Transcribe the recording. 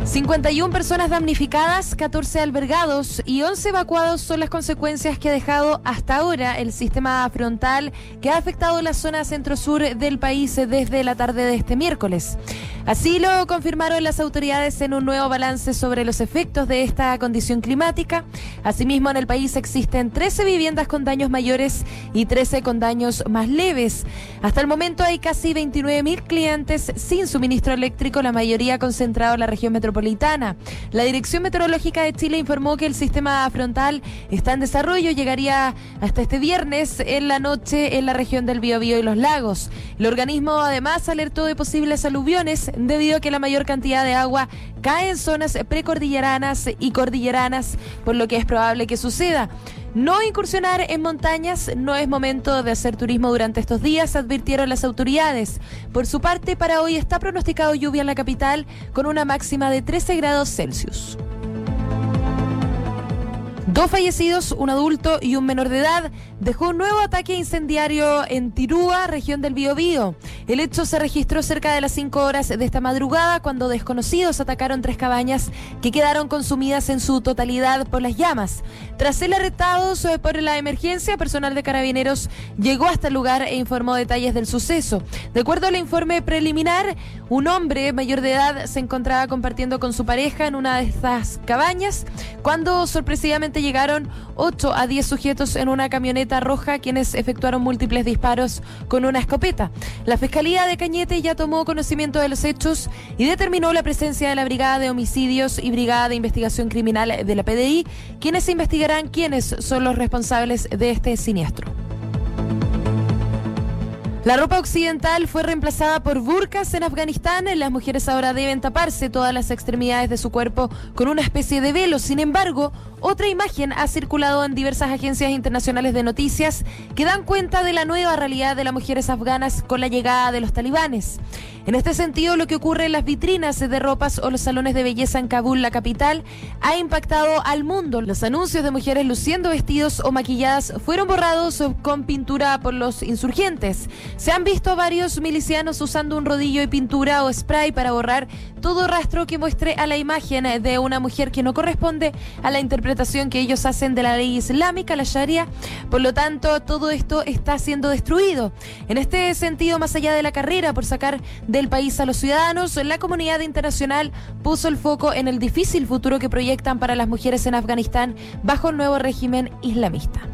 51 personas damnificadas, 14 albergados y 11 evacuados son las consecuencias que ha dejado hasta ahora el sistema frontal que ha afectado la zona centro-sur del país desde la tarde de este miércoles. Así lo confirmaron las autoridades en un nuevo balance sobre los efectos de esta condición climática. Asimismo, en el país existen 13 viviendas con daños mayores y 13 con daños más leves. Hasta el momento hay casi 29.000 clientes sin suministro eléctrico, la mayoría concentrado en la región metropolitana. La Dirección Meteorológica de Chile informó que el sistema frontal está en desarrollo, llegaría hasta este viernes en la noche en la región del Biobío y los lagos. El organismo además alertó de posibles aluviones debido a que la mayor cantidad de agua cae en zonas precordilleranas y cordilleranas, por lo que es probable que suceda. No incursionar en montañas, no es momento de hacer turismo durante estos días, advirtieron las autoridades. Por su parte, para hoy está pronosticado lluvia en la capital con una máxima de 13 grados Celsius. 2 fallecidos, un adulto y un menor de edad, dejó un nuevo ataque incendiario en Tirúa, región del Biobío. El hecho se registró cerca de las 5 horas de esta madrugada cuando desconocidos atacaron 3 cabañas que quedaron consumidas en su totalidad por las llamas. Tras ser arrestados por la emergencia, personal de Carabineros llegó hasta el lugar e informó detalles del suceso. De acuerdo al informe preliminar, un hombre mayor de edad se encontraba compartiendo con su pareja en una de estas cabañas cuando sorpresivamente llegaron 8 a 10 sujetos en una camioneta roja, quienes efectuaron múltiples disparos con una escopeta. La Fiscalía de Cañete ya tomó conocimiento de los hechos y determinó la presencia de la Brigada de Homicidios y Brigada de Investigación Criminal de la PDI, quienes investigarán quiénes son los responsables de este siniestro. La ropa occidental fue reemplazada por burkas en Afganistán. Las mujeres ahora deben taparse todas las extremidades de su cuerpo con una especie de velo. Sin embargo, otra imagen ha circulado en diversas agencias internacionales de noticias que dan cuenta de la nueva realidad de las mujeres afganas con la llegada de los talibanes. En este sentido, lo que ocurre en las vitrinas de ropas o los salones de belleza en Kabul, la capital, ha impactado al mundo. Los anuncios de mujeres luciendo vestidos o maquilladas fueron borrados con pintura por los insurgentes. Se han visto varios milicianos usando un rodillo de pintura o spray para borrar todo rastro que muestre a la imagen de una mujer que no corresponde a la interpretación que ellos hacen de la ley islámica, la Sharia. Por lo tanto, todo esto está siendo destruido. En este sentido, más allá de la carrera por sacar del país a los ciudadanos, la comunidad internacional puso el foco en el difícil futuro que proyectan para las mujeres en Afganistán bajo el nuevo régimen islamista.